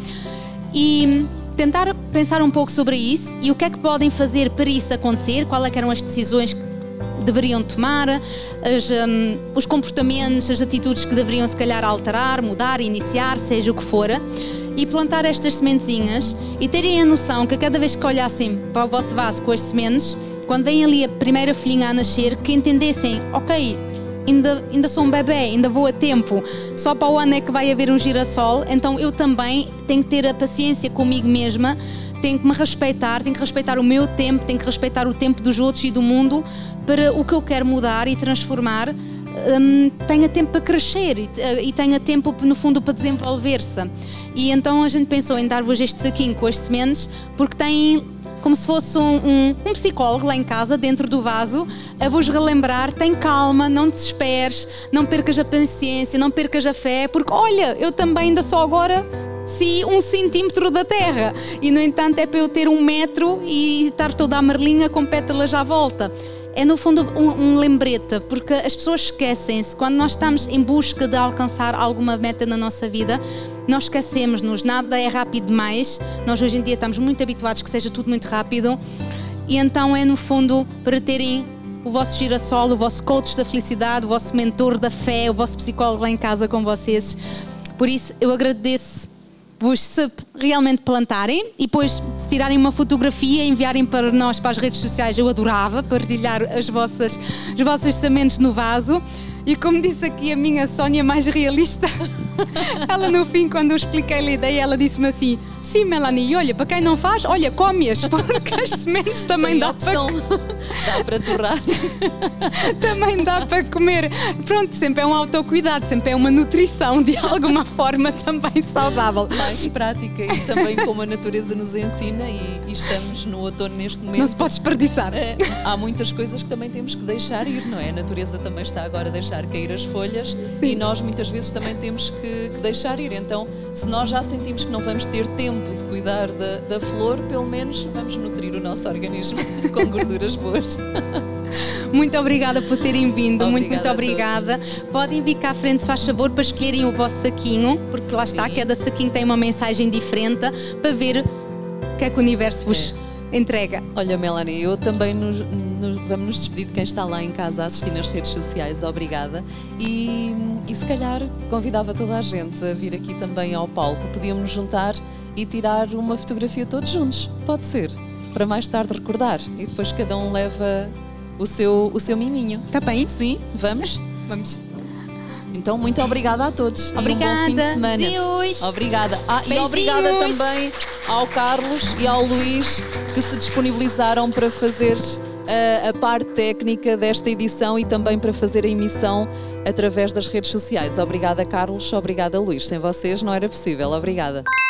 E tentar pensar um pouco sobre isso e o que é que podem fazer para isso acontecer, quais é que eram as decisões que deveriam tomar, as, um, os comportamentos, as atitudes que deveriam se calhar alterar, mudar, iniciar, seja o que for. E plantar estas sementezinhas e terem a noção que cada vez que olhassem para o vosso vaso com as sementes, quando vem ali a primeira folhinha a nascer, que entendessem, ok, ainda, ainda sou um bebê, ainda vou a tempo, só para o ano é que vai haver um girassol, então eu também tenho que ter a paciência comigo mesma, tenho que me respeitar, tenho que respeitar o meu tempo, tenho que respeitar o tempo dos outros e do mundo para o que eu quero mudar e transformar. Um, tenha tempo para crescer e, e tenha tempo, no fundo, para desenvolver-se. E então a gente pensou em dar-vos este saquinho com as sementes, porque tem como se fosse um, um, um psicólogo lá em casa, dentro do vaso, a vos relembrar: tem calma, não desesperes, não percas a paciência, não percas a fé, porque olha, eu também ainda só agora se um centímetro da terra e no entanto é para eu ter um metro e estar toda a marlinha com pétalas à volta. É no fundo um, um lembrete, porque as pessoas esquecem-se, quando nós estamos em busca de alcançar alguma meta na nossa vida, nós esquecemos-nos, nada é rápido demais, nós hoje em dia estamos muito habituados que seja tudo muito rápido, e então é no fundo para terem o vosso girassol, o vosso coach da felicidade, o vosso mentor da fé, o vosso psicólogo lá em casa com vocês. Por isso eu agradeço vos se realmente plantarem e depois se tirarem uma fotografia e enviarem para nós, para as redes sociais. Eu adorava partilhar as vossas, as vossas sementes no vaso. E como disse aqui a minha Sónia mais realista, ela no fim, quando eu expliquei-lhe a ideia, ela disse-me assim: sim, Melanie, olha, para quem não faz, olha, come-as, porque as sementes também tem dá opção. para... dá para torrar. Também dá para comer. Pronto, sempre é um autocuidado, sempre é uma nutrição de alguma forma também saudável. Mais prática e também como a natureza nos ensina, e, e estamos no outono neste momento. Não se pode desperdiçar. É, há muitas coisas que também temos que deixar ir, não é? A natureza também está agora a deixar cair as folhas. Sim. E nós muitas vezes também temos que, que deixar ir. Então, se nós já sentimos que não vamos ter tempo de cuidar da, da flor, pelo menos vamos nutrir o nosso organismo com gorduras boas. Muito obrigada por terem vindo, Obrigada muito, muito a obrigada. Podem vir cá à frente, se faz favor, para escolherem o vosso saquinho, porque lá está, Sim. cada saquinho tem uma mensagem diferente, para ver o que é que o universo vos entrega. Olha, Melanie, eu também nos, nos, vamos nos despedir de quem está lá em casa a assistir nas redes sociais. Obrigada. E, e se calhar convidava toda a gente a vir aqui também ao palco. Podíamos nos juntar e tirar uma fotografia todos juntos. Pode ser, para mais tarde recordar. E depois cada um leva o seu, o seu miminho. Está bem? Sim, vamos? Vamos. Então, muito obrigada a todos. Obrigada. E um bom fim de semana. Deus. Obrigada. Ah, e Beijinhos. obrigada também ao Carlos e ao Luís que se disponibilizaram para fazer uh, a parte técnica desta edição e também para fazer a emissão através das redes sociais. Obrigada, Carlos. Obrigada, Luís. Sem vocês não era possível. Obrigada.